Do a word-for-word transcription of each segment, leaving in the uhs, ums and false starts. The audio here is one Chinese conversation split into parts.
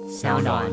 小暖。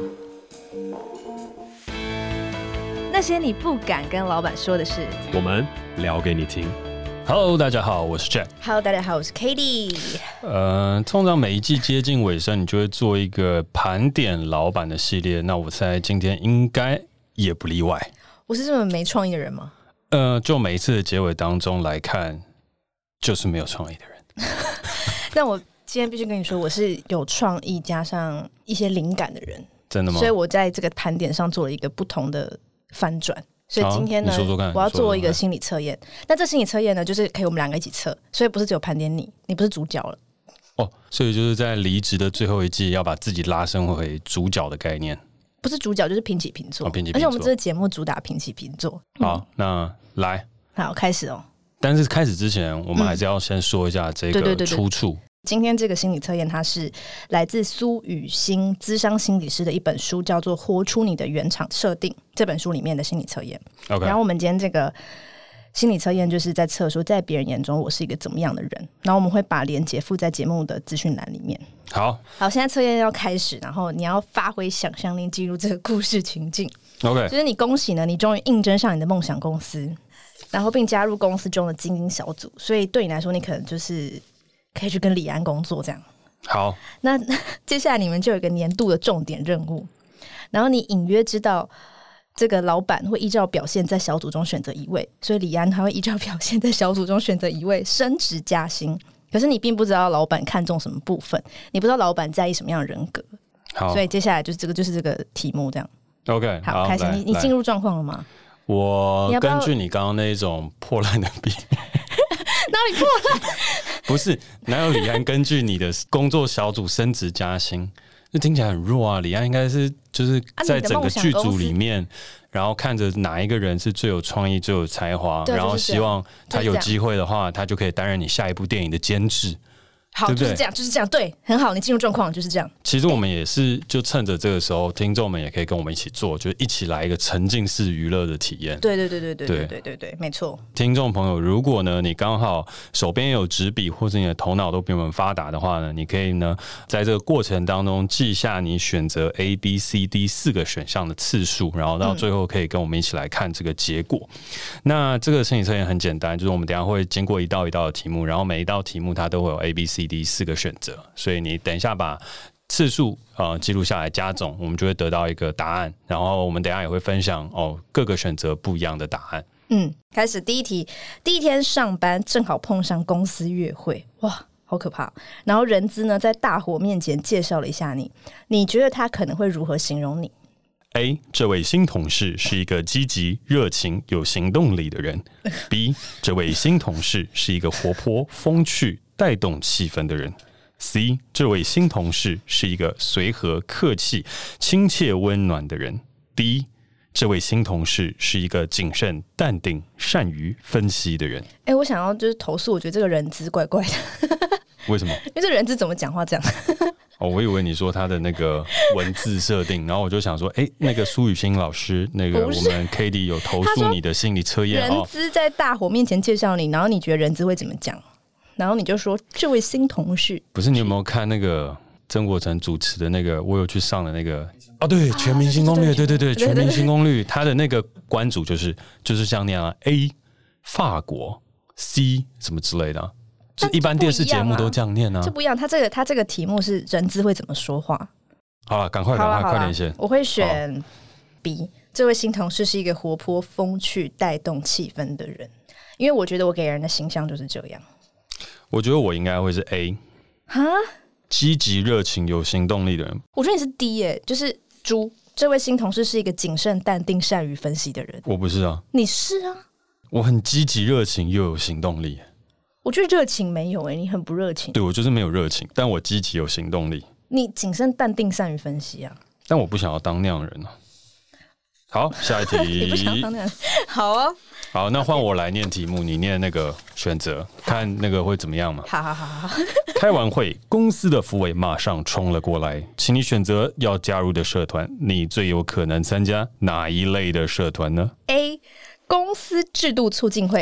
那些你不敢跟老板说的事， 我们聊给你听。Hello， 大家好，我是 Jack。 Hello， 大家好，我是 Katie。 呃，通常每一季接近尾声，你就会做一个盘点老板的系列。那我猜今天应该也不例外。 我是这么没创意的人吗？ 呃，就每一次的结尾当中来看，就是没有创意的人。 但我今天必须跟你说，我是有创意加上一些灵感的人。真的吗？所以我在这个盘点上做了一个不同的翻转。所以今天呢， 说说看， 我要做一个心理测验。那这心理测验呢，就是可以我们两个一起测，所以不是只有盘点你，你不是主角了。 哦，所以就是在离职的最后一季，要把自己拉升回主角的概念。不是主角，就是平起平坐。 哦，平起平坐。 而且我们这个节目主打平起平坐。 好，嗯、那来， 好，开始哦。 但是开始之前，我们还是要先说一下这个出处。 嗯、今天这个心理测验，它是来自苏予昕諮商心理师的一本书，叫做《活出你的原厂设定》。这本书里面的心理测验。 Okay. 然后我们今天这个心理测验就是在测说，在别人眼中我是一个怎么样的人。然后我们会把连结附在节目的资讯栏里面。 好， 好，现在测验要开始，然后你要发挥想象力，进入这个故事情境。 OK， 就是你恭喜呢，你终于应征上你的梦想公司，然后并加入公司中的精英小组，所以对你来说，你可能就是可以去跟李安工作这样。 好， 那接下来你们就有一个年度的重点任务，然后你隐约知道这个老板会依照表现在小组中选择一位，所以李安他会依照表现在小组中选择一位，升职加薪。可是你并不知道老板看重什么部分，你不知道老板在意什么样的人格。 好， 所以接下来就是这个就是这个题目这样。 OK， 好，好开始。你你进入状况了吗？ 我根据你刚刚那一种破烂的比哪里破烂？ 不是，哪有李安根据你的工作小组升职加薪？这听起来很弱啊！李安应该是就是在整个剧组里面，啊、然后看着哪一个人是最有创意、最有才华，然后希望他有机会的话，他就可以担任你下一部电影的监制。 好，对对，就是这样，就是这样，对，很好，你进入状况就是这样。 其实我们也是，就趁着这个时候，听众们也可以跟我们一起做，就一起来一个沉浸式娱乐的体验。 对对对对对对对对对，没错。 听众朋友，如果呢你刚好手边有纸笔，或者你的头脑都比我们发达的话呢，你可以呢在这个过程当中记下你选择 A、B、C、D 四个选项的次数，然后到最后可以跟我们一起来看这个结果。嗯、那这个心理测验很简单，就是我们等一下会经过一道一道的题目，然后每一道题目它都会有 A、B、C、D 四个选择，所以你等一下把次数呃记录下来加总，我们就会得到一个答案。然后我们等一下也会分享哦各个选择不一样的答案。 嗯，开始第一题，第一天上班正好碰上公司月会，哇，好可怕！然后人资呢在大伙面前介绍了一下你，你觉得他可能会如何形容你 ？A. 这位新同事是一个积极、热情、有行动力的人。B. 这位新同事是一个活泼、风趣、带动气氛的人。C. 这位新同事是一个随和、客气、亲切、温暖的人。D. 这位新同事是一个谨慎、淡定、善于分析的人。 哎、欸，我想要就是投诉，我觉得这个人资怪怪的。 为什么？ 因为这人资怎么讲话这样？ 哦，我以为你说他的那个文字设定，然后我就想说，哎、欸，那个苏予昕老师，那个我们 Katie 有投诉你的心理测验， 人资在大伙面前介绍你，然后你觉得人资会怎么讲？然后你就说这位新同事， 不是你有没有看那个曾国城主持的那个，我有去上的那个哦，对，《全明星攻略》，对对对，《全明星攻略》，他的那个关主就是就是像那样 A 法国 C 什么之类的、啊，就一般电视节目都这样念啊， 这不一样。他这个他这个题目是人资会怎么说话？ 好了，赶快赶快快点先， 我会选 B， 这位新同事是一个活泼、风趣、带动气氛的人，因为我觉得我给人的形象就是这样。 我觉得我应该会是 A， 哈， 积极、热情、有行动力的人。 我觉得你是 D 耶、欸，就是猪。这位新同事是一个谨慎、淡定、善于分析的人。 我不是啊， 你是啊， 我很积极、热情又有行动力。 我觉得热情没有哎、欸，你很不热情。 对，我就是没有热情，但我积极有行动力。 你谨慎、淡定、善于分析啊， 但我不想要当那样的人啊。好，下一题。 你不想当那样？好啊。 好，那换我来念题目，你念那个选择，看那个会怎么样嘛？ 好好好好。 开完会，公司的副委马上冲了过来，请你选择要加入的社团，你最有可能参加哪一类的社团呢 ？A. 公司制度促进会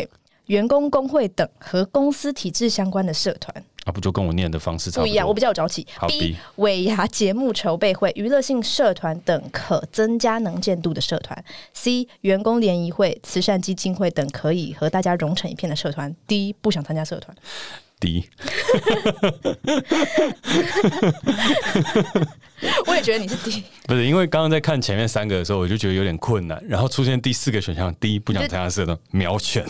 员工工会等和公司体制相关的社团。 啊，不就跟我念的方式差不多？ 不一样，我比较有朝气。 好 B 尾牙节目筹备会、娱乐性社团等可增加能见度的社团。C 员工联谊会、慈善基金会等可以和大家融成一片的社团。D 不想参加社团。 D 我也觉得你是 D， 不是因为刚刚在看前面三个的时候，我就觉得有点困难，然后出现第四个选项 D 不想参加社团，秒选。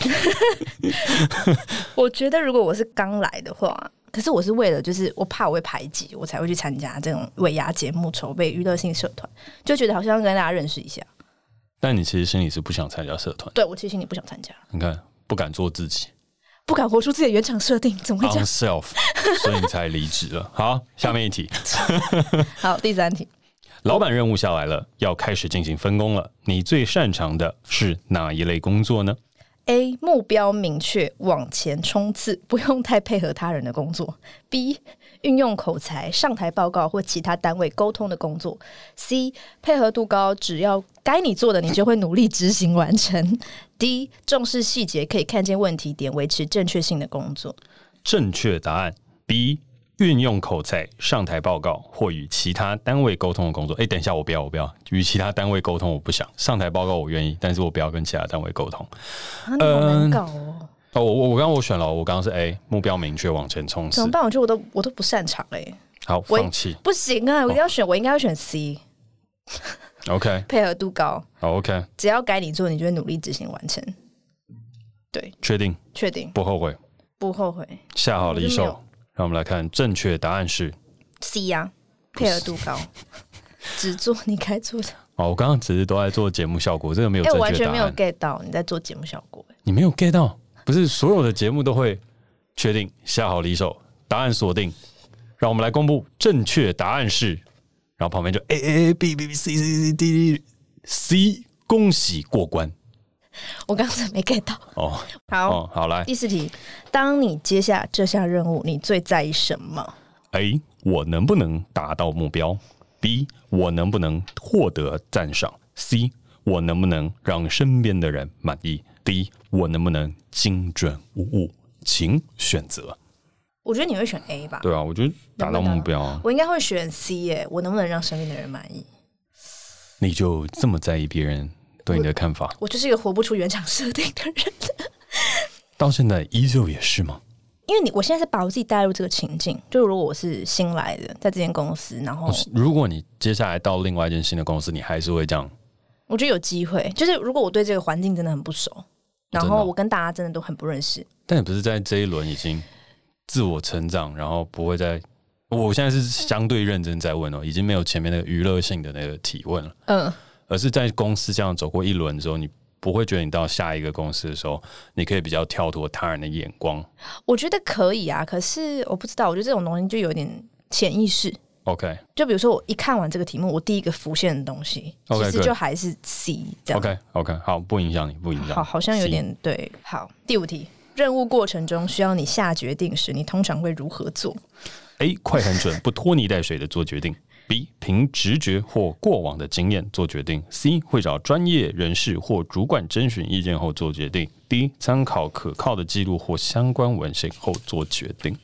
我觉得如果我是刚来的话，可是我是为了就是我怕我会排挤，我才会去参加这种尾牙节目筹备娱乐性社团，就觉得好像跟大家认识一下。 但你其实心里是不想参加社团？ 对，我其实心里不想参加。 你看，不敢做自己。 不敢活出自己的原厂设定，怎么会这样 ？Unself， 所以你才离职了。好，下面一题。 好，第三题。 老板任务下来了，要开始进行分工了。你最擅长的是哪一类工作呢 ？A 目标明确，往前冲刺，不用太配合他人的工作。B 运用口才，上台报告或其他单位沟通的工作。C 配合度高，只要该你做的，你就会努力执行完成。D 重视细节，可以看见问题点，维持正确性的工作。 正确答案 B 运用口才，上台报告或与其他单位沟通的工作。哎，等一下，我不要，我不要与其他单位沟通，我不想上台报告，我愿意，但是我不要跟其他单位沟通。 啊，你好难搞哦。 呃哦，我我我刚刚我选了，我刚刚是 A 目标明确，往前冲刺。 怎么办？我觉得我都我都不擅长哎、欸。 好，放弃。 不行啊！我一定要选，哦、我应该要选 C。OK， 配合度高。 好 ，OK， 只要该你做，你就会努力执行完成。对， 确定， 确定， 不后悔， 不后悔。 下好离手，让我们来看正确答案是 C 呀、啊，配合度高，只做你该做的。 哦，我刚刚只是都在做节目效果，这个没有正确答案。 我完全没有 get 到你在做节目效果。 你没有 get 到？不是所有的节目都会确定下好离手，答案锁定。让我们来公布正确答案是，然后旁边就 A A A B B B C C C D C， 恭喜过关。 我刚才没 get 到哦。 好、 哦，好来第四题，当你接下这项任务，你最在意什么 ？A 我能不能达到目标 ？B 我能不能获得赞赏 ？C 我能不能让身边的人满意 ？D 我能不能精准无误？请选择。 我觉得你会选 A 吧？ 对啊，我觉得达到目标啊。 我应该会选 C 耶，我能不能让身边的人满意？ 你就这么在意别人对你的看法？ 我, 我就是一个活不出原厂设定的人。 到现在依旧也是吗？ 因为你我现在是把我自己带入这个情境，就如果我是新来的，在这间公司，然后、 哦、如果你接下来到另外一间新的公司，你还是会这样？ 我觉得有机会，就是如果我对这个环境真的很不熟，然后我跟大家真的都很不认识。 但你不是在这一轮已经自我成长，然后不会再……我现在是相对认真在问哦，已经没有前面那个娱乐性的那个提问了，嗯，而是在公司这样走过一轮之后，你不会觉得你到下一个公司的时候，你可以比较跳脱他人的眼光？ 我觉得可以啊，可是我不知道，我觉得这种东西就有点潜意识。 OK， 就比如说我一看完这个题目，我第一个浮现的东西， okay, 其实就还是 C 这样。 OK OK， 好，不影响你，不影响。 好，好像有点 C. 对。好，第五题，任务过程中需要你下决定时，你通常会如何做 ？A 快很准，不拖泥带水的做决定。B 凭直觉或过往的经验做决定。C 会找专业人士或主管征询意见后做决定。D 参考可靠的记录或相关文献后做决定。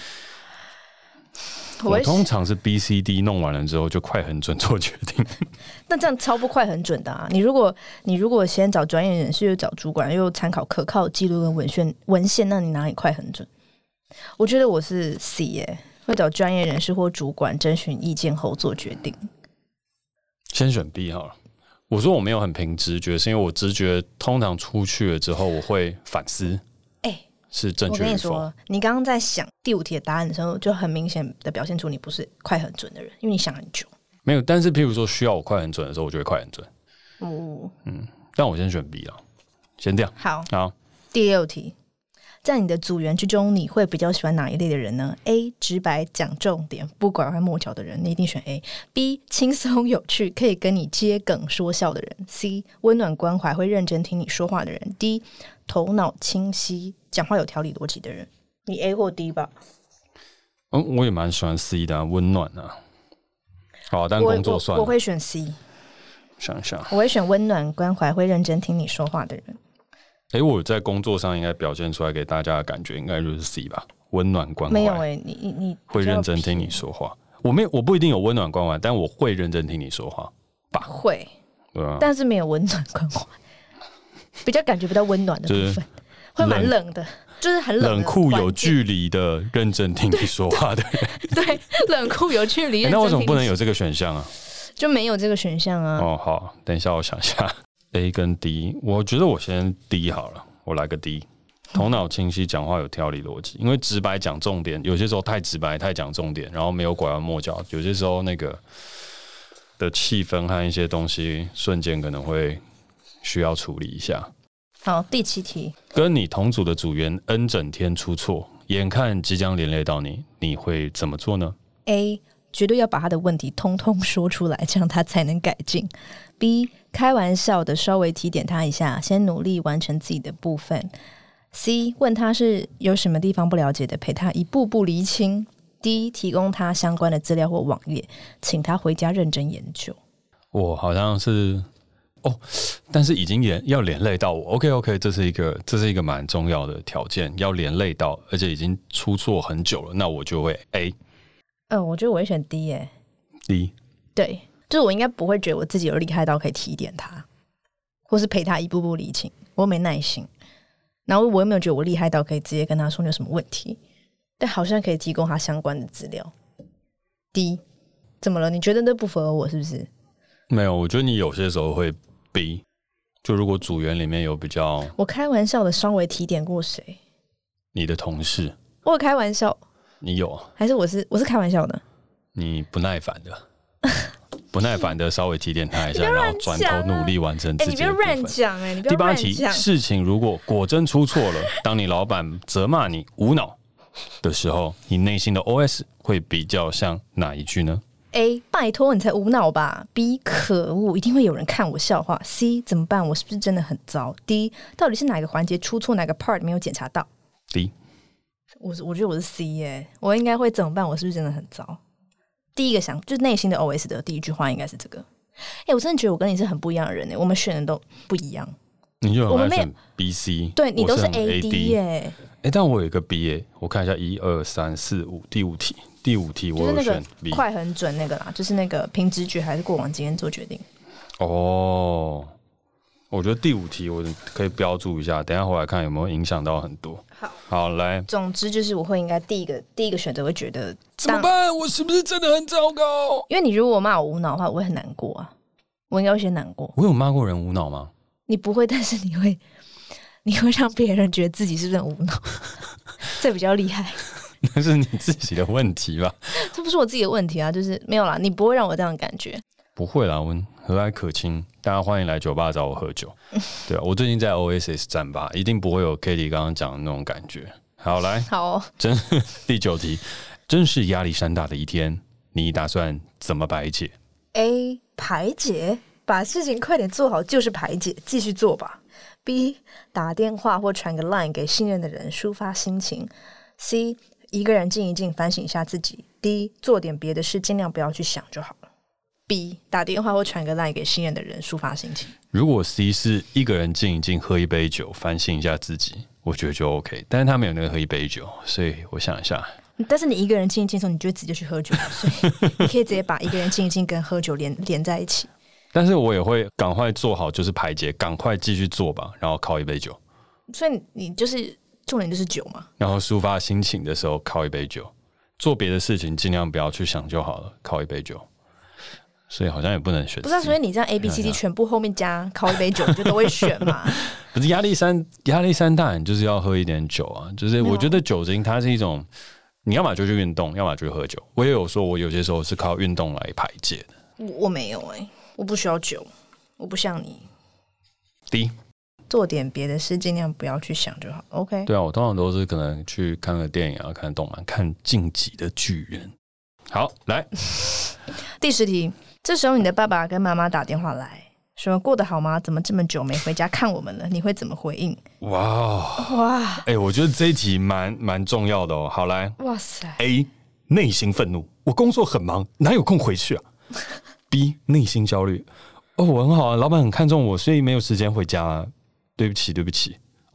我通常是 B C D 弄完了之后就快很准做决定。 那这样超不快很准的啊！你如果你如果先找专业人士，又找主管，又参考可靠的记录跟文献文献，那你哪里快很准？我觉得我是 C 耶，会找专业人士或主管征询意见后做决定。 先选 B 好了。我说我没有很凭直觉，是因为我直觉通常出去了之后，我会反思。是正确与否。我跟你说，你刚刚在想第五题的答案的时候，就很明显的表现出你不是快很准的人，因为你想很久。 没有，但是譬如说需要我快很准的时候，我就会快很准。哦，嗯，但我先选 B 啊，先这样。 好， 好。 第六题，在你的组员之中，你会比较喜欢哪一类的人呢 ？A 直白讲重点，不拐弯抹角的人，你一定选 A。B 轻松有趣，可以跟你接梗说笑的人。C 温暖关怀，会认真听你说话的人。D 头脑清晰，讲话有条理逻辑的人。你 A 或 D 吧。 嗯，我也蛮喜欢 C 的、啊，温暖啊。好，但工作算了。 我, 我, 我会选 C。 想一下， 我会选温暖关怀，会认真听你说话的人。 哎、欸，我在工作上应该表现出来给大家的感觉，应该就是 C 吧，温暖关怀。 没有哎、欸，你你你会认真听你说话。我没有，我不一定有温暖关怀，但我会认真听你说话吧。 会， 对啊， 但是没有温暖关怀，比较感觉比较温暖的部分，就是、会蛮冷的，就是很冷冷酷有距离的认真听你说话的人。 对，冷酷有距离、欸。 那为什么不能有这个选项啊？ 就没有这个选项啊。 哦，好，等一下我想一下。A 跟 D， 我觉得我先 D 好了，我来个 D。头脑清晰，讲话有条理逻辑，因为直白讲重点，有些时候太直白，太讲重点，然后没有拐弯抹角，有些时候那个的气氛和一些东西，瞬间可能会需要处理一下。 好，第七题， 跟你同组的组员 N 整天出错，眼看即将连累到你，你会怎么做呢 ？A 绝对要把他的问题通通说出来，这样他才能改进。B 开玩笑的稍微提点他一下，先努力完成自己的部分。C 问他是有什么地方不了解的，陪他一步步厘清。D 提供他相关的资料或网页，请他回家认真研究。 我好像是哦，但是已经连要连累到我。OK OK， 这是一个这是一个蛮重要的条件，要连累到，而且已经出错很久了，那我就会 A。 嗯、呃，我觉得我会选 D 耶、欸。 D 对，就是我应该不会觉得我自己有厉害到可以提点他，或是陪他一步步厘清，我没耐心。然后我又没有觉得我厉害到可以直接跟他说你有什么问题，但好像可以提供他相关的资料。D 怎么了？你觉得那不符合我是不是？ 没有，我觉得你有些时候会 B。就如果组员里面有比较， 我开玩笑的稍微提点过谁？ 你的同事。 我有开玩笑。 你有？ 还是我是我是开玩笑的？ 你不耐烦的。不耐烦的稍微提点他一下，啊、然后转头努力完成自己的部分。欸、你不要乱讲哎！第八题，事情如果果真出错了，当你老板责骂你无脑的时候，你内心的 O S 会比较像哪一句呢 ？A 拜托你才无脑吧。B 可恶，一定会有人看我笑话。C 怎么办？我是不是真的很糟 ？D 到底是哪个环节出错，哪个 part 没有检查到 ？D 我我觉得我是 C 耶、欸，我应该会怎么办？我是不是真的很糟？第一个想就是内心的 O S 的第一句话应该是这个。哎、欸，我真的觉得我跟你是很不一样的人哎、欸，我们选的都不一样。 你就很爱选 B C， 对你都是 A D 耶、欸。 哎、欸，但我有一个 B 耶、欸，我看一下一二三四五第五题，第五题我有选 B， 快很准那个啦，就是那个凭直觉还是过往经验做决定。 哦，我觉得第五题我可以标注一下，等一下回来看有没有影响到很多。 好， 好来， 总之就是我会应该第一个第一个选择会觉得怎么办？我是不是真的很糟糕？ 因为你如果骂我无脑的话，我会很难过啊，我应该会先难过。 我有骂过人无脑吗？ 你不会，但是你会，你会让别人觉得自己是不是很无脑，这比较厉害。 那是你自己的问题吧？ 这不是我自己的问题啊，就是没有啦，你不会让我这样的感觉。 不会啦，我和蔼可亲，大家欢迎来酒吧找我喝酒。对啊，我最近在 O S S 站吧，一定不会有 Katie 刚刚讲的那种感觉。好，来， 好、哦， 真第九题，真是压力山大的一天，你打算怎么排解 ？A 排解，把事情快点做好就是排解，继续做吧。B 打电话或传个 line 给信任的人抒发心情。C 一个人静一静，反省一下自己。D 做点别的事，尽量不要去想就好了。B 打电话或传个 line 给信任的人抒发心情。 如果 C 是一个人静一静，喝一杯酒，反省一下自己，我觉得就 OK。但是他没有那个喝一杯酒，所以我想一下。 但是你一个人静一静的时候，你就会直接去喝酒，所以你可以直接把一个人静一静跟喝酒连连在一起。 但是我也会赶快做好，就是排解，赶快继续做吧，然后靠一杯酒。 所以你就是重点就是酒嘛。 然后抒发心情的时候靠一杯酒，做别的事情尽量不要去想就好了，靠一杯酒。所以好像也不能选 C。 不是、啊，所以你这样 A B C D 全部后面加靠一杯酒，你就都会选嘛？ 不是压力山，压力山大，你就是要喝一点酒啊。就是我觉得酒精它是一种，你要么就去运动，要么就去喝酒。我也有说，我有些时候是靠运动来排解的。 我我没有哎、欸，我不需要酒，我不像你。 D 做点别的事，尽量不要去想就好。OK。 对啊，我通常都是可能去看个电影啊，看动漫，看《晋级的巨人》。好，来第十题。这时候你的爸爸跟妈妈打电话来说过得好吗？怎么这么久没回家看我们了？你会怎么回应？ 哇哇！哎、欸，我觉得这一题蛮蛮重要的哦。好，来， 哇塞 ！A 内心愤怒，我工作很忙，哪有空回去啊 ？B 内心焦虑，哦，我很好啊，老板很看重我，所以没有时间回家啊。对不起，对不起，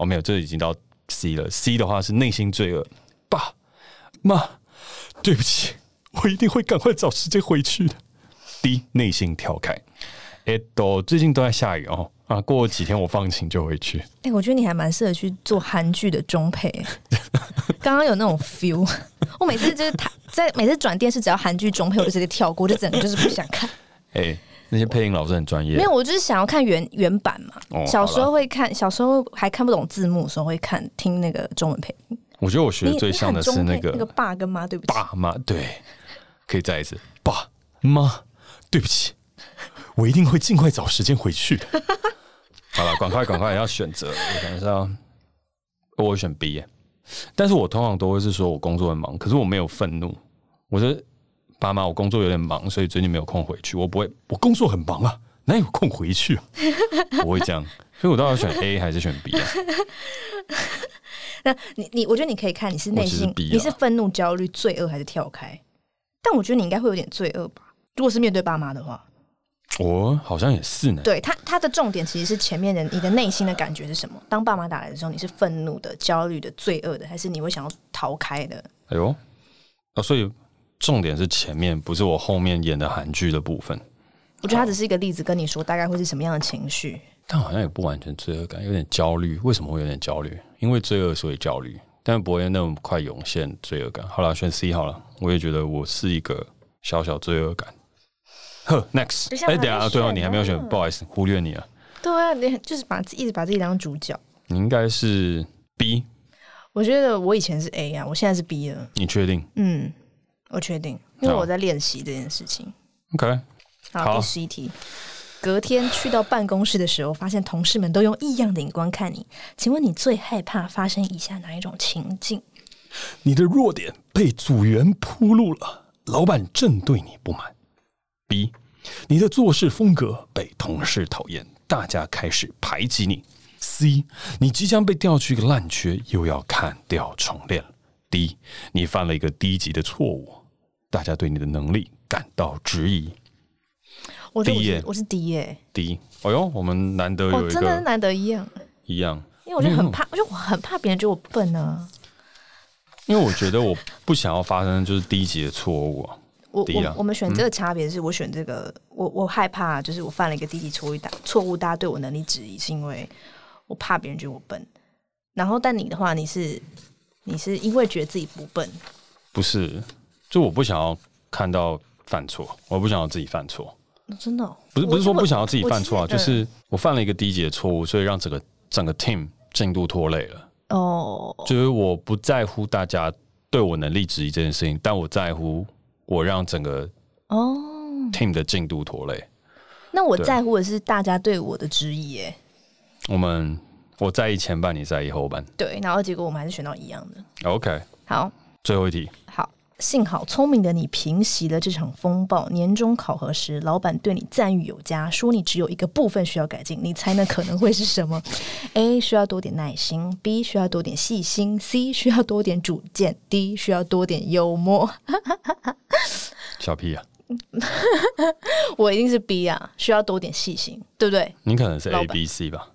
哦，没有，这已经到 C 了。C 的话是内心罪恶，爸妈，对不起，我一定会赶快找时间回去的。D 内心调侃，哎，都最近都在下雨哦，啊，过几天我放晴就回去。 哎、欸，我觉得你还蛮适合去做韩剧的中配，刚刚有那种 feel。我每次就是在每次转电视，只要韩剧中配，我就直接跳过，就整个就是不想看。 哎、欸，那些配音老师很专业。 没有，我就是想要看原原版嘛。哦、小时候会看，小时候还看不懂字幕的时候会看听那个中文配音。 我觉得我学的最像的是那个那个爸跟妈，对不起， 爸妈对，可以再一次，爸妈，对不起，我一定会尽快找时间回去。好了，赶快赶快要选择，我想一下，我会选 B 耶。但是我通常都会是说我工作很忙，可是我没有愤怒。我是爸妈，我工作有点忙，所以最近没有空回去。我不会，我工作很忙啊，哪有空回去啊？我会这样，所以我到底要选 A 还是选 B 啊？ 那你你，我觉得你可以看你是内心，你是愤怒、焦虑、罪恶还是跳开？但我觉得你应该会有点罪恶吧？如果是面对爸妈的话。 我好像也是呢。 对他，他的重点其实是前面的你的内心的感觉是什么？当爸妈打来的时候，你是愤怒的、焦虑的、罪恶的，还是你会想要逃开的？ 哎呦，啊，所以重点是前面，不是我后面演的韩剧的部分。 我觉得他只是一个例子，跟你说大概会是什么样的情绪。 但好像也不完全罪恶感，有点焦虑。为什么会有点焦虑？因为罪恶所以焦虑，但不会那么快涌现罪恶感。好了，选 C 好了。我也觉得我是一个小小罪恶感。呵 ，next， 哎、欸，等一下，对哦，你还没有选，不好意思，忽略你了。 对啊，你就是把一直把自己当主角。 你应该是 B。 我觉得我以前是 A 啊，我现在是 B 了。 你确定？ 嗯，我确定，因为我在练习这件事情。 OK， 好，第十一题。隔天去到办公室的时候，发现同事们都用异样的眼光看你，请问你最害怕发生以下哪一种情境？ 你的弱点被组员暴露了，老板正对你不满。B， 你的做事风格被同事讨厌，大家开始排挤你。C， 你即将被调去一个烂缺，又要砍掉重练。D， 你犯了一个低级的错误，大家对你的能力感到质疑。 我觉得我是, 我是 D 耶、欸、 ，D。哎呦，我们难得有一个、哦、 真的是难得一样一样， 因为我就很怕，我就很怕别人觉得我笨啊。 因为我觉得我不想要发生就是低级的错误啊。 我我我们选这个差别是我选这个，嗯、我我害怕就是我犯了一个低级错误，错误大家对我能力质疑，是因为我怕别人觉得我笨。然后但你的话，你是你是因为觉得自己不笨， 不是？就我不想要看到犯错，我不想要自己犯错。 哦、真的、哦、 不是不是说不想要自己犯错啊，就是我犯了一个低级的错误，所以让整个整个 team 进度拖累了。哦，就是我不在乎大家对我能力质疑这件事情，但我在乎。我让整个哦 team 的进度拖累， 那我在乎的是大家对我的质疑耶。 我们我在意前半，你在意后半， 对，然后结果我们还是选到一样的。 OK， 好， 最后一题。 好，幸好聪明的你平息了这场风暴。年终考核时，老板对你赞誉有加，说你只有一个部分需要改进，你猜呢可能会是什么 ？A 需要多点耐心 ，B 需要多点细心 ，C 需要多点主见 ，D 需要多点幽默。 小屁啊！ 我一定是 B 啊，需要多点细心，对不对？ 你可能是 A、B、C 吧。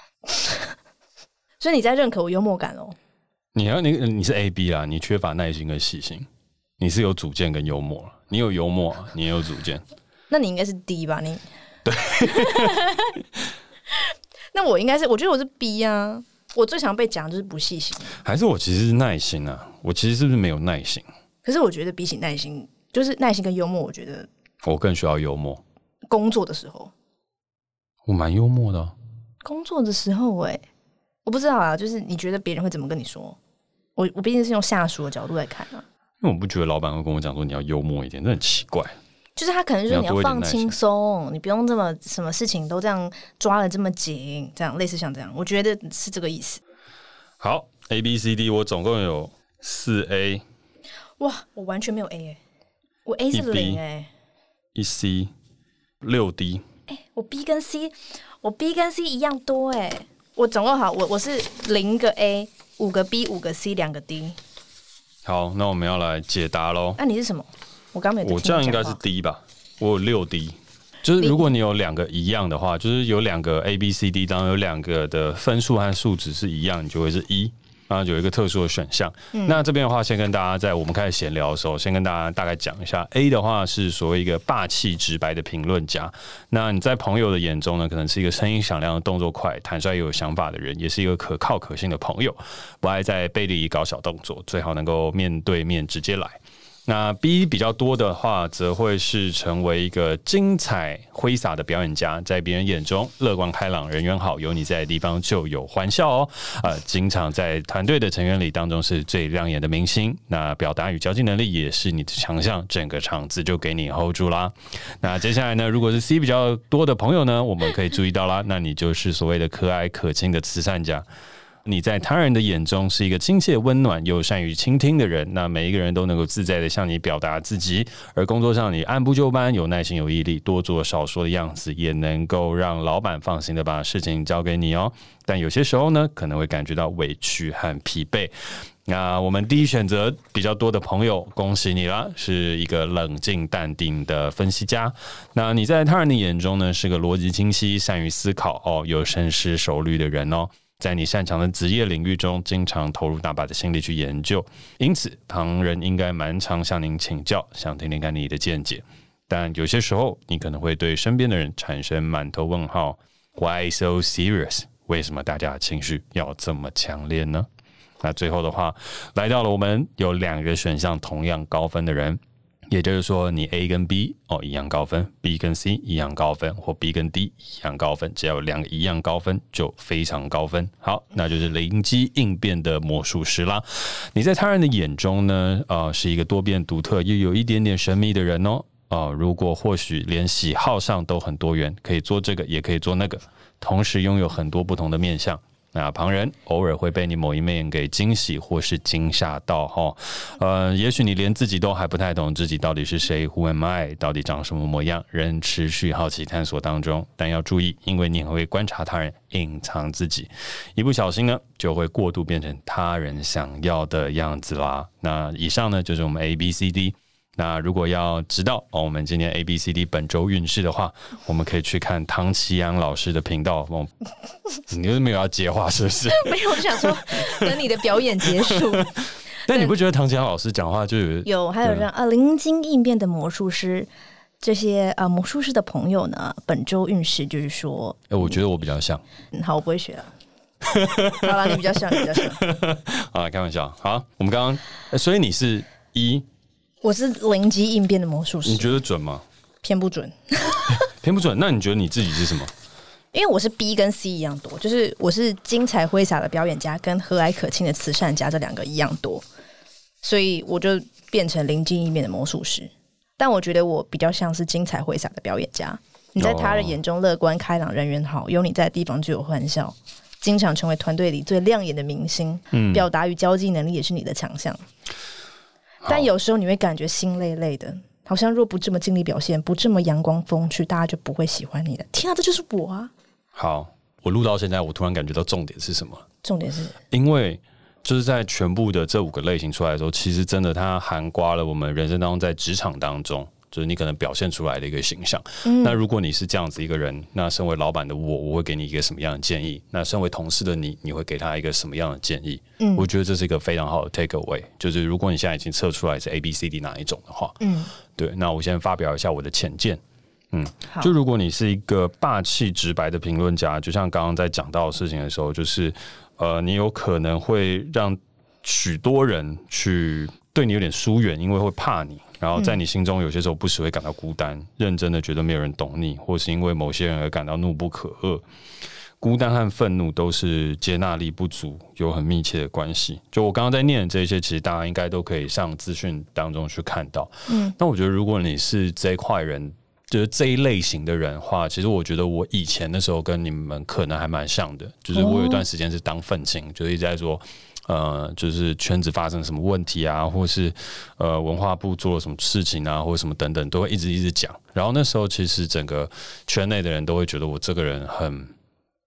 所以你在认可我幽默感哦。 你要你你是 A、B 啦，你缺乏耐心跟细心，你是有主见跟幽默，你有幽默，你也有主见。 那你应该是 D 吧？你对。 那我应该是，我觉得我是 B 啊。我最常被讲就是不细心， 还是我其实是耐心啊？我其实是不是没有耐心？ 可是我觉得比起耐心，就是耐心跟幽默，我觉得我更需要幽默。 工作的时候， 我蛮幽默的、啊。 工作的时候、欸，哎，我不知道啊，就是你觉得别人会怎么跟你说？我我毕竟是用下属的角度来看啊。 因为我不觉得老板会跟我讲说你要幽默一点，这很奇怪。 就是他可能就是你要放轻松，你不用这么什么事情都这样抓得这么紧，这样类似像这样，我觉得是这个意思。 好 ，A、B、C、D， 我总共有四 A。 哇，我完全没有 A 哎、欸，我 A 是零哎、欸， 一 C， 六 D。 哎、欸，我 B 跟 C， 我 B 跟 C 一样多哎、欸，我总共好，我我是零个 A， 五个 B， 五个 C， 两个 D。 好，那我们要来解答喽。 那、啊、你是什么？我刚没有。 我这样应该是 D 吧？我有六 D。 就是如果你有两个一样的话，就是有两个 A、B、C、D 当中有两个的分数和数值是一样，你就会是一。然后有一个特殊的选项、嗯，那这边的话，先跟大家在我们开始闲聊的时候，先跟大家大概讲一下 A 的话是所谓一个霸气直白的评论家。那你在朋友的眼中呢，可能是一个声音响亮、动作快、坦率又有想法的人，也是一个可靠可信的朋友，不爱在背地里搞小动作，最好能够面对面直接来。那 B 比较多的话，则会是成为一个精彩挥洒的表演家，在别人眼中乐观开朗、人缘好，有你在的地方就有欢笑哦。呃，经常在团队的成员里当中是最亮眼的明星，那表达与交际能力也是你的强项，整个场子就给你 hold 住啦。那接下来呢，如果是 C 比较多的朋友呢，我们可以注意到啦，那你就是所谓的可爱可亲的慈善家。你在他人的眼中是一个亲切温暖又善于倾听的人，那每一个人都能够自在的向你表达自己，而工作上你按部就班，有耐心有毅力，多做少说的样子，也能够让老板放心的把事情交给你哦。但有些时候呢，可能会感觉到委屈和疲惫。那我们第一选择比较多的朋友，恭喜你啦，是一个冷静淡定的分析家。那你在他人的眼中呢，是个逻辑清晰、善于思考哦，又深思熟虑的人哦。在你擅长的职业领域中，经常投入大把的心力去研究，因此旁人应该蛮常向您请教，想听听看你的见解。但有些时候，你可能会对身边的人产生满头问号 ：Why so serious？ 为什么大家的情绪要这么强烈呢？那最后的话，来到了我们有两个选项同样高分的人。也就是说，你 A 跟 B 哦一样高分 ，B 跟 C 一样高分，或 B 跟 D 一样高分，只要有两个一样高分就非常高分。好，那就是灵机应变的魔术师啦。你在他人的眼中呢，呃，是一个多变独特又有一点点神秘的人哦。呃，如果或许连喜好上都很多元，可以做这个也可以做那个，同时拥有很多不同的面向。那旁人偶尔会被你某一面给惊喜或是惊吓到哈，呃，也许你连自己都还不太懂自己到底是谁 ，Who am I？ 到底长什么模样？仍持续好奇探索当中，但要注意，因为你很会观察他人，隐藏自己，一不小心呢，就会过度变成他人想要的样子啦。那以上呢，就是我们 A、B、C、D。那如果要知道、哦、我们今天 A、B、C、D 本周运势的话，我们可以去看唐奇阳老师的频道。哦、你就是没有要接话是不是？ 没有，我想说等你的表演结束。 但你不觉得唐奇阳老师讲话就有有还有让啊灵机应变的魔术师，这些啊魔术师的朋友呢，本周运势就是说， 哎、欸，我觉得我比较像。 嗯，好，我不会学了。好了，你比较像，你比较像。 好了，开玩笑。好，我们刚刚、欸，所以你是一。 我是灵机应变的魔术师， 你觉得准吗？ 偏不准， 偏不准。那你觉得你自己是什么？ 因为我是 B 跟 C 一样多，就是我是精彩挥洒的表演家，跟和蔼可亲的慈善家这两个一样多，所以我就变成灵机应变的魔术师。但我觉得我比较像是精彩挥洒的表演家。你在他人眼中乐观开朗、人缘好，有你在的地方就有欢笑，经常成为团队里最亮眼的明星。嗯，表达与交际能力也是你的强项。但有时候你会感觉心累累的，好像若不这么尽力表现，不这么阳光风趣，大家就不会喜欢你的。天啊，这就是我啊！ 好，我录到现在，我突然感觉到重点是什么？ 重点是，因为就是在全部的这五个类型出来的时候，其实真的它涵盖了我们人生当中在职场当中，就是你可能表现出来的一个形象。嗯、那如果你是这样子一个人，那身为老板的我，我会给你一个什么样的建议？那身为同事的你，你会给他一个什么样的建议？嗯，我觉得这是一个非常好的 take away。就是如果你现在已经测出来是 A、B、C、D 哪一种的话，嗯，对，那我先发表一下我的浅见。嗯，就如果你是一个霸气直白的评论家，就像刚刚在讲到的事情的时候，就是呃，你有可能会让许多人去对你有点疏远，因为会怕你。然后在你心中有些时候不时会感到孤单，认真的觉得没有人懂你，或是因为某些人而感到怒不可遏。孤单和愤怒都是接纳力不足有很密切的关系。就我刚刚在念的这些，其实大家应该都可以上资讯当中去看到。嗯，那我觉得如果你是这一块人，就是这一类型的人的话，其实我觉得我以前的时候跟你们可能还蛮像的。就是我有一段时间是当愤青，就是一直在说。呃，就是圈子发生什么问题啊，或是呃文化部做了什么事情啊，或者什么等等，都会一直一直讲。然后那时候其实整个圈内的人都会觉得我这个人很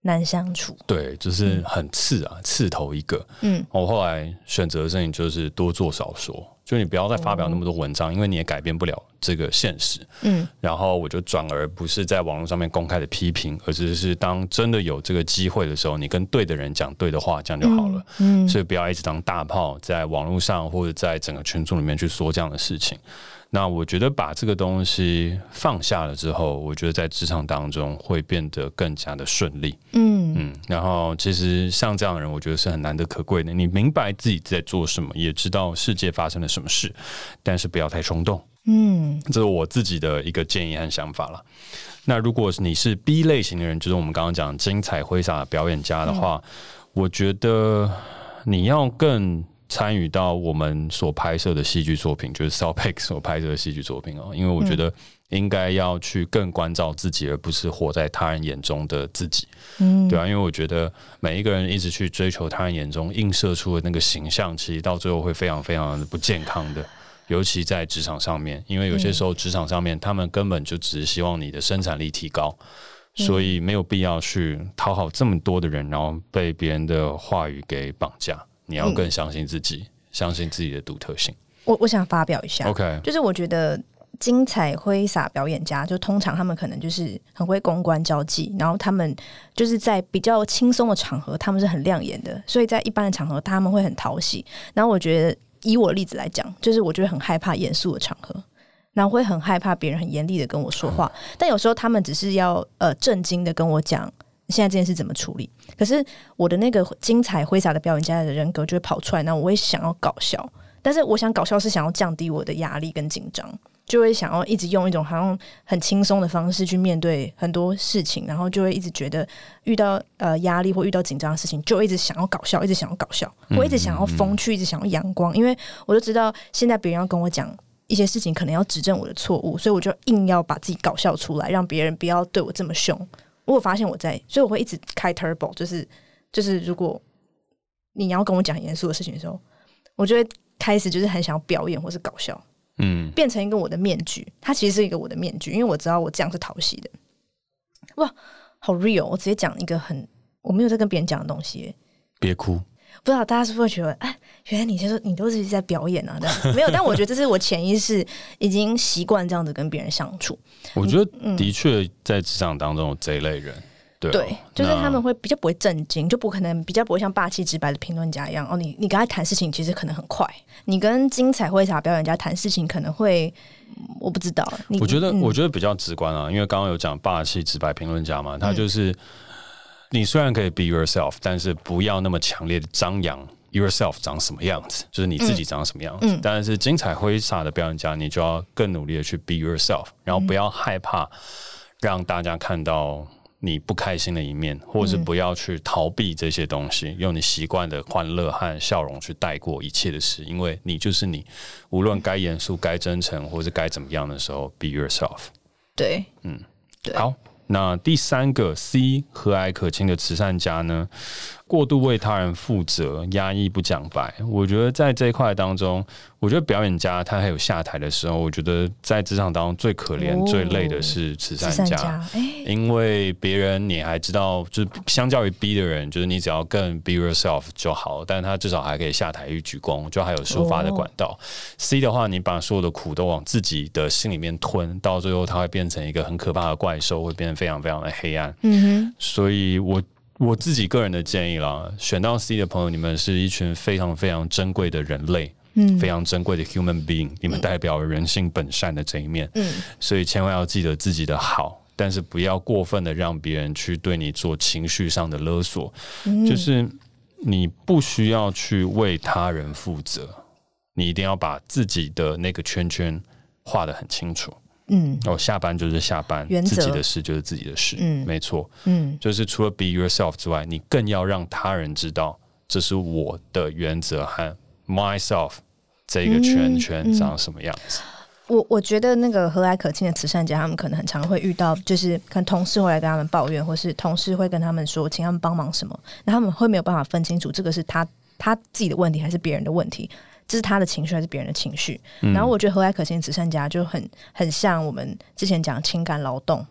难相处。 对，就是很刺啊，嗯、刺头一个。嗯，我后来选择的事情就是多做少说，就你不要再发表那么多文章，哦、因为你也改变不了这个现实。嗯，然后我就转而不是在网络上面公开的批评，而只是当真的有这个机会的时候，你跟对的人讲对的话，这样就好了。嗯，嗯所以不要一直当大炮，在网络上或者在整个群组里面去说这样的事情。那我觉得把这个东西放下了之后，我觉得在职场当中会变得更加的顺利。嗯嗯，然后其实像这样的人，我觉得是很难得可贵的。你明白自己在做什么，也知道世界发生了什么事，但是不要太冲动。嗯，这是我自己的一个建议和想法啦。那如果你是 B 类型的人，就是我们刚刚讲精彩挥洒的表演家的话，嗯、我觉得你要更参与到我们所拍摄的戏剧作品，就是 Southpack 所拍摄的戏剧作品哦，因为我觉得应该要去更关照自己，而不是活在他人眼中的自己。嗯，对啊，因为我觉得每一个人一直去追求他人眼中映射出的那个形象，其实到最后会非常非常的不健康的。尤其在职场上面，因为有些时候职场上面，他们根本就只是希望你的生产力提高，所以没有必要去讨好这么多的人，然后被别人的话语给绑架。你要更相信自己，嗯、相信自己的独特性。 我我想发表一下 ，OK， 就是我觉得精彩挥洒表演家，就通常他们可能就是很会公关交际，然后他们就是在比较轻松的场合，他们是很亮眼的，所以在一般的场合他们会很讨喜。然后我觉得以我的例子来讲，就是我觉得很害怕严肃的场合，然后会很害怕别人很严厉的跟我说话，嗯、但有时候他们只是要呃震惊的跟我讲现在这件事怎么处理。可是我的那个精彩挥洒的表演家的人格就会跑出来，那我会想要搞笑，但是我想搞笑是想要降低我的压力跟紧张，就会想要一直用一种好像很轻松的方式去面对很多事情，然后就会一直觉得遇到呃压力或遇到紧张的事情，就一直想要搞笑，一直想要搞笑，我一直想要风趣，一直想要阳光，因为我就知道现在别人要跟我讲一些事情，可能要指正我的错误，所以我就硬要把自己搞笑出来，让别人不要对我这么凶。我有发现我在，所以我会一直开 turbo， 就是就是如果你要跟我讲严肃的事情的时候，我就会开始就是很想要表演或是搞笑，嗯，变成一个我的面具，它其实是一个我的面具，因为我知道我这样是讨喜的。哇，好 real！ 我直接讲一个很我没有在跟别人讲的东西， 别哭。 不知道大家是不是会觉得，哎，原来你就说你都是在表演啊？没有，但我觉得这是我潜意识已经习惯这样子跟别人相处。 我觉得的确在职场当中有这一类人，对、哦、 对，就是他们会比较不会震惊，就不可能比较不会像霸气直白的评论家一样。哦，你你跟他谈事情其实可能很快，你跟精彩挥洒表演家谈事情可能会。我不知道， 我觉得、嗯、我觉得比较直观啊，因为刚刚有讲霸气直白评论家嘛，他就是。嗯你虽然可以 be yourself， 但是不要那么强烈的张扬 yourself 长什么样子，就是你自己长什么样子。嗯、但是精彩挥洒的表演家，你就要更努力的去 be yourself， 然后不要害怕让大家看到你不开心的一面，或者是不要去逃避这些东西，用你习惯的欢乐和笑容去带过一切的事，因为你就是你，无论该严肃、该真诚，或是该怎么样的时候 ，be yourself。 对，嗯，对， 好。那第三个 C 和蔼可亲的慈善家呢，过度为他人负责，压抑不讲白。我觉得在这一块当中，我觉得表演家他还有下台的时候，我觉得在职场当中最可怜、哦、最累的是慈善家，善家因为别人你还知道，就是相较于 B 的人，就是你只要更 be yourself 就好，但他至少还可以下台去鞠躬，就还有抒发的管道。哦、C 的话，你把所有的苦都往自己的心里面吞，到最后他会变成一个很可怕的怪兽，会变成非常非常的黑暗。嗯哼，所以我。我自己个人的建议啦，选到 C 的朋友，你们是一群非常非常珍贵的人类，嗯，非常珍贵的 human being， 你们代表了人性本善的这一面，嗯，所以千万要记得自己的好，但是不要过分的让别人去对你做情绪上的勒索，嗯，就是你不需要去为他人负责，你一定要把自己的那个圈圈画得很清楚。嗯，哦，下班就是下班，自己的事就是自己的事，嗯，没错，嗯，就是除了 be yourself 之外，你更要让他人知道这是我的原则和 myself 这个圈圈长什么样子。嗯嗯、 我我觉得那个和蔼可亲的慈善家，他们可能很常会遇到，就是可能同事会来跟他们抱怨，或是同事会跟他们说，请他们帮忙什么，那他们会没有办法分清楚这个是他他自己的问题还是别人的问题。这是他的情绪还是别人的情绪、嗯、然后我觉得和蔼可亲的慈善家就很很像我们之前讲情感劳动，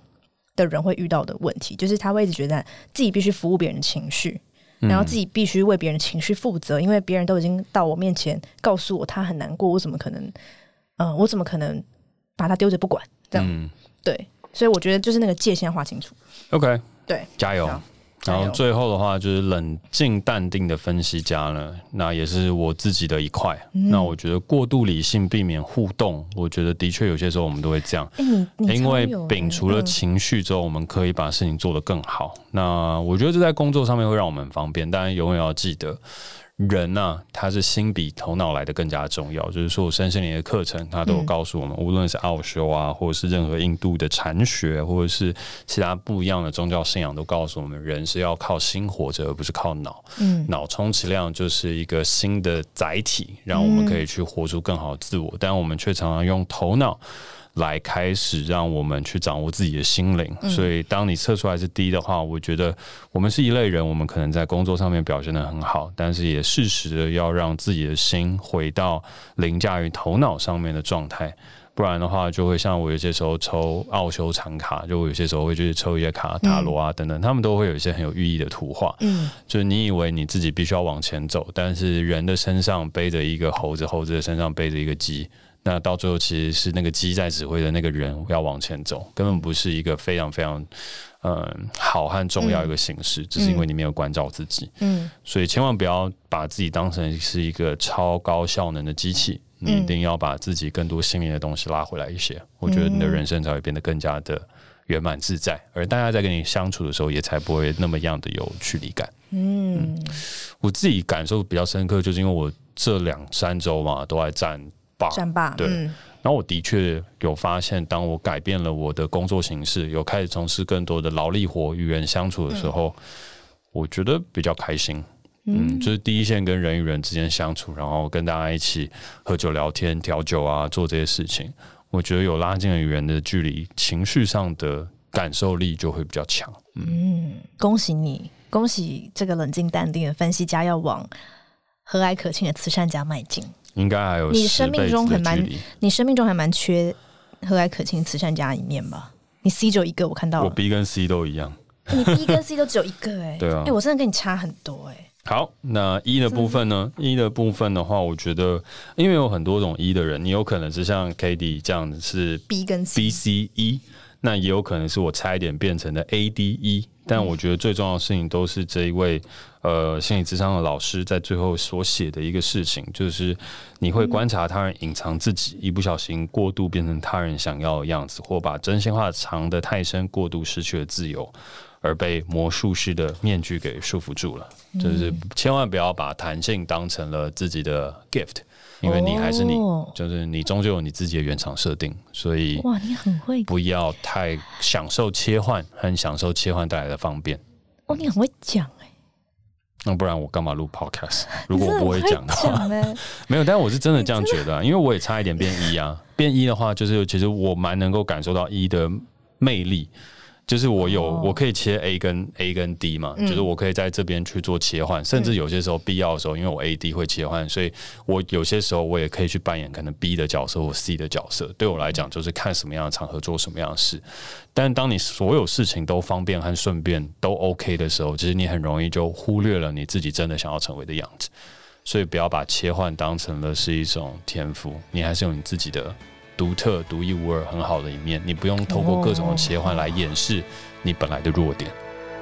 的人会遇到的问题，就是他会一直觉得自己必须服务别人的情绪，然后自己必须为别人的情绪负责，因为别人都已经到我面前告诉我他很难过，我怎么可能，呃，我怎么可能把他丢着不管？这样，嗯、对，所以我觉得就是那个界限划清楚。 OK， 对， 加油。然后最后的话就是冷静淡定的分析家呢，那也是我自己的一块、嗯、那我觉得过度理性避免互动，我觉得的确有些时候我们都会这样、欸、你你因为摒除了情绪之后、嗯、我们可以把事情做得更好，那我觉得这在工作上面会让我们很方便，但永远要记得人啊，他是心比头脑来的更加重要。就是说，身心灵的课程，他都有告诉我们，嗯、无论是奥修啊，或者是任何印度的禅学，或者是其他不一样的宗教信仰，都告诉我们，人是要靠心活着，而不是靠脑。嗯，脑充其量就是一个新的载体，让我们可以去活出更好的自我，嗯、但我们却常常用头脑来开始让我们去掌握自己的心灵、嗯、所以当你测出来是低的话，我觉得我们是一类人，我们可能在工作上面表现得很好，但是也适时的要让自己的心回到凌驾于头脑上面的状态，不然的话就会像我有些时候抽奥修禅卡，就我有些时候会去抽一些卡塔罗啊等等、嗯、他们都会有一些很有寓意的图画、嗯、就是你以为你自己必须要往前走，但是人的身上背着一个猴子，猴子的身上背着一个鸡，那到最后其实是那个鸡在指挥的那个人要往前走，根本不是一个非常非常、呃、好和重要一个形式、嗯、只是因为你没有关照自己、嗯、所以千万不要把自己当成是一个超高效能的机器，你一定要把自己更多心灵的东西拉回来一些、嗯、我觉得你的人生才会变得更加的圆满自在，而大家在跟你相处的时候也才不会那么样的有距离感。 嗯, 嗯我自己感受比较深刻，就是因为我这两三周嘛都在站站霸， 对、嗯，然后我的确有发现，当我改变了我的工作形式，有开始从事更多的劳力活，与人相处的时候、嗯、我觉得比较开心。嗯, 嗯，就是第一线跟人与人之间相处，然后跟大家一起喝酒聊天、调酒啊，做这些事情，我觉得有拉近了与人的距离，情绪上的感受力就会比较强。嗯, 嗯，恭喜你，恭喜这个冷静淡定的分析家要往和蔼可亲的慈善家迈进。 应该还有你生命中很蛮，你生命中还蛮缺和蔼可亲慈善家一面吧？你 C 只有一个，我看到了。 我 B 跟 C 都一样。 你 B 跟 C 都只有一个哎、欸， 对啊， 哎、欸，我真的跟你差很多哎、欸。 好，那 E 的部分呢 ？E 的部分的话，我觉得因为有很多种 E 的人，你有可能是像 K D 这样子是 B 跟 C B C E， 那也有可能是我差一点变成的 A D E。但我觉得最重要的事情都是这一位呃心理咨商的老师在最后所写的一个事情，就是你会观察他人隐藏自己，一不小心过度变成他人想要的样子，或把真心话藏得太深，过度失去了自由，而被魔术师的面具给束缚住了。就是千万不要把弹性当成了自己的 gift， 因为你还是你，哦、就是你终究有你自己的原厂设定，所以哇，你很会， 不要太享受切换和享受切换带来的方便。 哦，你很会讲哎、欸， 那不然我干嘛录 podcast？ 如果我不会讲的话，没有，但我是真的这样觉得、啊，因为我也差一点变一啊，变一的话，就是其实我蛮能够感受到一的魅力。就是我有、哦、我可以切 A 跟 A 跟 D 嘛、嗯、就是我可以在这边去做切换，甚至有些时候必要的时候，因为我 A D 会切换，所以我有些时候我也可以去扮演可能 B 的角色或 C 的角色。对我来讲，就是看什么样的场合做什么样的事。但当你所有事情都方便和顺便都 OK 的时候，其实你很容易就忽略了你自己真的想要成为的样子。所以不要把切换当成了是一种天赋，你还是有你自己的独特、独一无二、很好的一面，你不用透过各种的切换来掩饰你本来的弱点。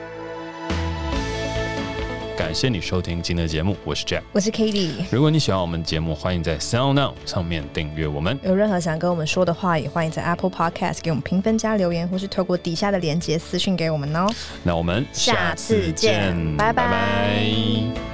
感谢你收听今天的节目，我是 Jack， 我是 Katie。如果你喜欢我们的节目，欢迎在 SoundOn 上面订阅我们。 有任何想跟我们说的话，也欢迎在 Apple Podcast 给我们评分加留言，或是透过底下的连结私讯给我们哦。 那我们下次见，拜拜。